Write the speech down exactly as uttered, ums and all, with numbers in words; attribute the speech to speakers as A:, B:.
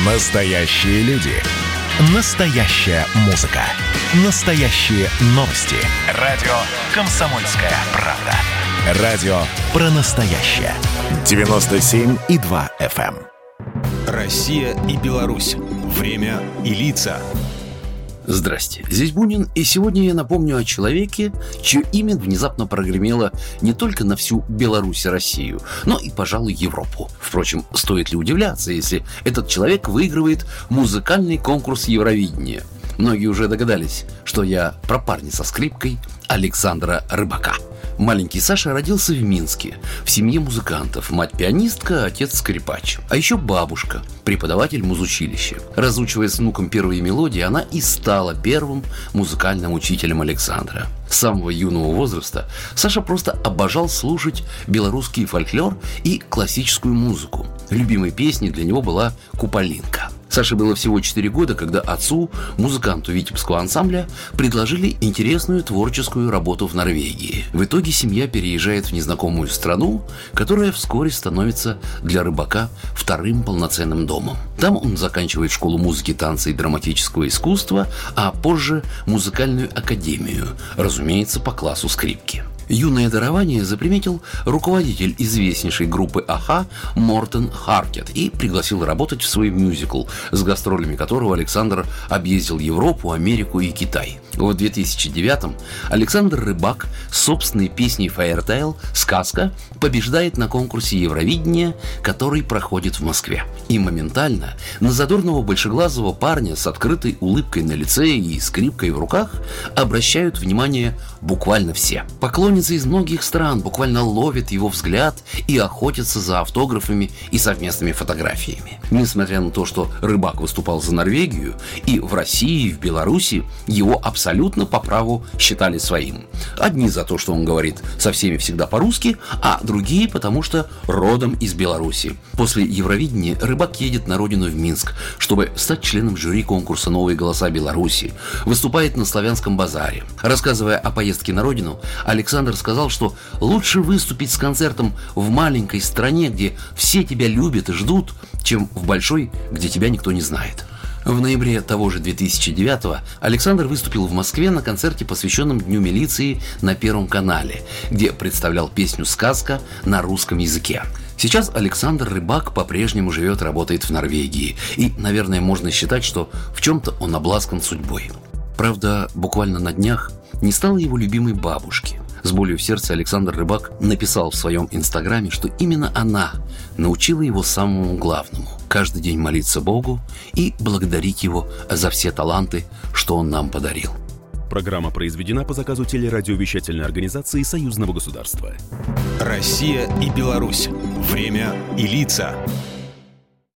A: Настоящие люди. Настоящая музыка. Настоящие новости. Радио «Комсомольская правда». Радио про настоящее. девяносто семь и два эф эм.
B: Россия и Беларусь. Время и лица.
C: Здрасте, здесь Бунин, и сегодня я напомню о человеке, чье имя внезапно прогремело не только на всю Беларусь и Россию, но и, пожалуй, Европу. Впрочем, стоит ли удивляться, если этот человек выигрывает музыкальный конкурс Евровидения? Многие уже догадались, что я про парня со скрипкой Александра Рыбака. Маленький Саша родился в Минске, в семье музыкантов. Мать пианистка, отец скрипач. А еще бабушка, преподаватель музучилища. Разучивая с внуком первые мелодии, она и стала первым музыкальным учителем Александра. С самого юного возраста Саша просто обожал слушать белорусский фольклор и классическую музыку. Любимой песней для него была «Куполинка». Саше было всего четыре года, когда отцу, музыканту Витебского ансамбля, предложили интересную творческую работу в Норвегии. В итоге семья переезжает в незнакомую страну, которая вскоре становится для Рыбака вторым полноценным домом. Там он заканчивает школу музыки, танца и драматического искусства, а позже музыкальную академию, разумеется, по классу скрипки. Юное дарование заприметил руководитель известнейшей группы «Аха» Мортен Харкет и пригласил работать в свой мюзикл, с гастролями которого Александр объездил Европу, Америку и Китай. В две тысячи девятом Александр Рыбак с собственной песней «Фаертейл» «Сказка» побеждает на конкурсе Евровидения, который проходит в Москве. И моментально на задорного большеглазого парня с открытой улыбкой на лице и скрипкой в руках обращают внимание буквально все. Поклонницы из многих стран буквально ловят его взгляд и охотятся за автографами и совместными фотографиями. Несмотря на то, что Рыбак выступал за Норвегию, и в России, и в Беларуси его абсолютно по праву считали своим. Одни за то, что он говорит со всеми всегда по-русски, а другие потому что родом из Беларуси. После Евровидения Рыбак едет на родину в Минск, чтобы стать членом жюри конкурса «Новые голоса Беларуси». Выступает на Славянском базаре. Рассказывая о поездке на родину, Александр сказал, что лучше выступить с концертом в маленькой стране, где все тебя любят и ждут, чем в большой, где тебя никто не знает. В ноябре того же две тысячи девятого Александр выступил в Москве на концерте, посвященном Дню милиции на Первом канале, где представлял песню «Сказка» на русском языке. Сейчас Александр Рыбак по-прежнему живет и работает в Норвегии, и, наверное, можно считать, что в чем-то он обласкан судьбой. Правда, буквально на днях не стало его любимой бабушки. С болью в сердце Александр Рыбак написал в своем инстаграме, что именно она научила его самому главному – каждый день молиться Богу и благодарить Его за все таланты, что Он нам подарил.
B: Программа произведена по заказу телерадиовещательной организации Союзного государства. Россия и Беларусь. Время и лица.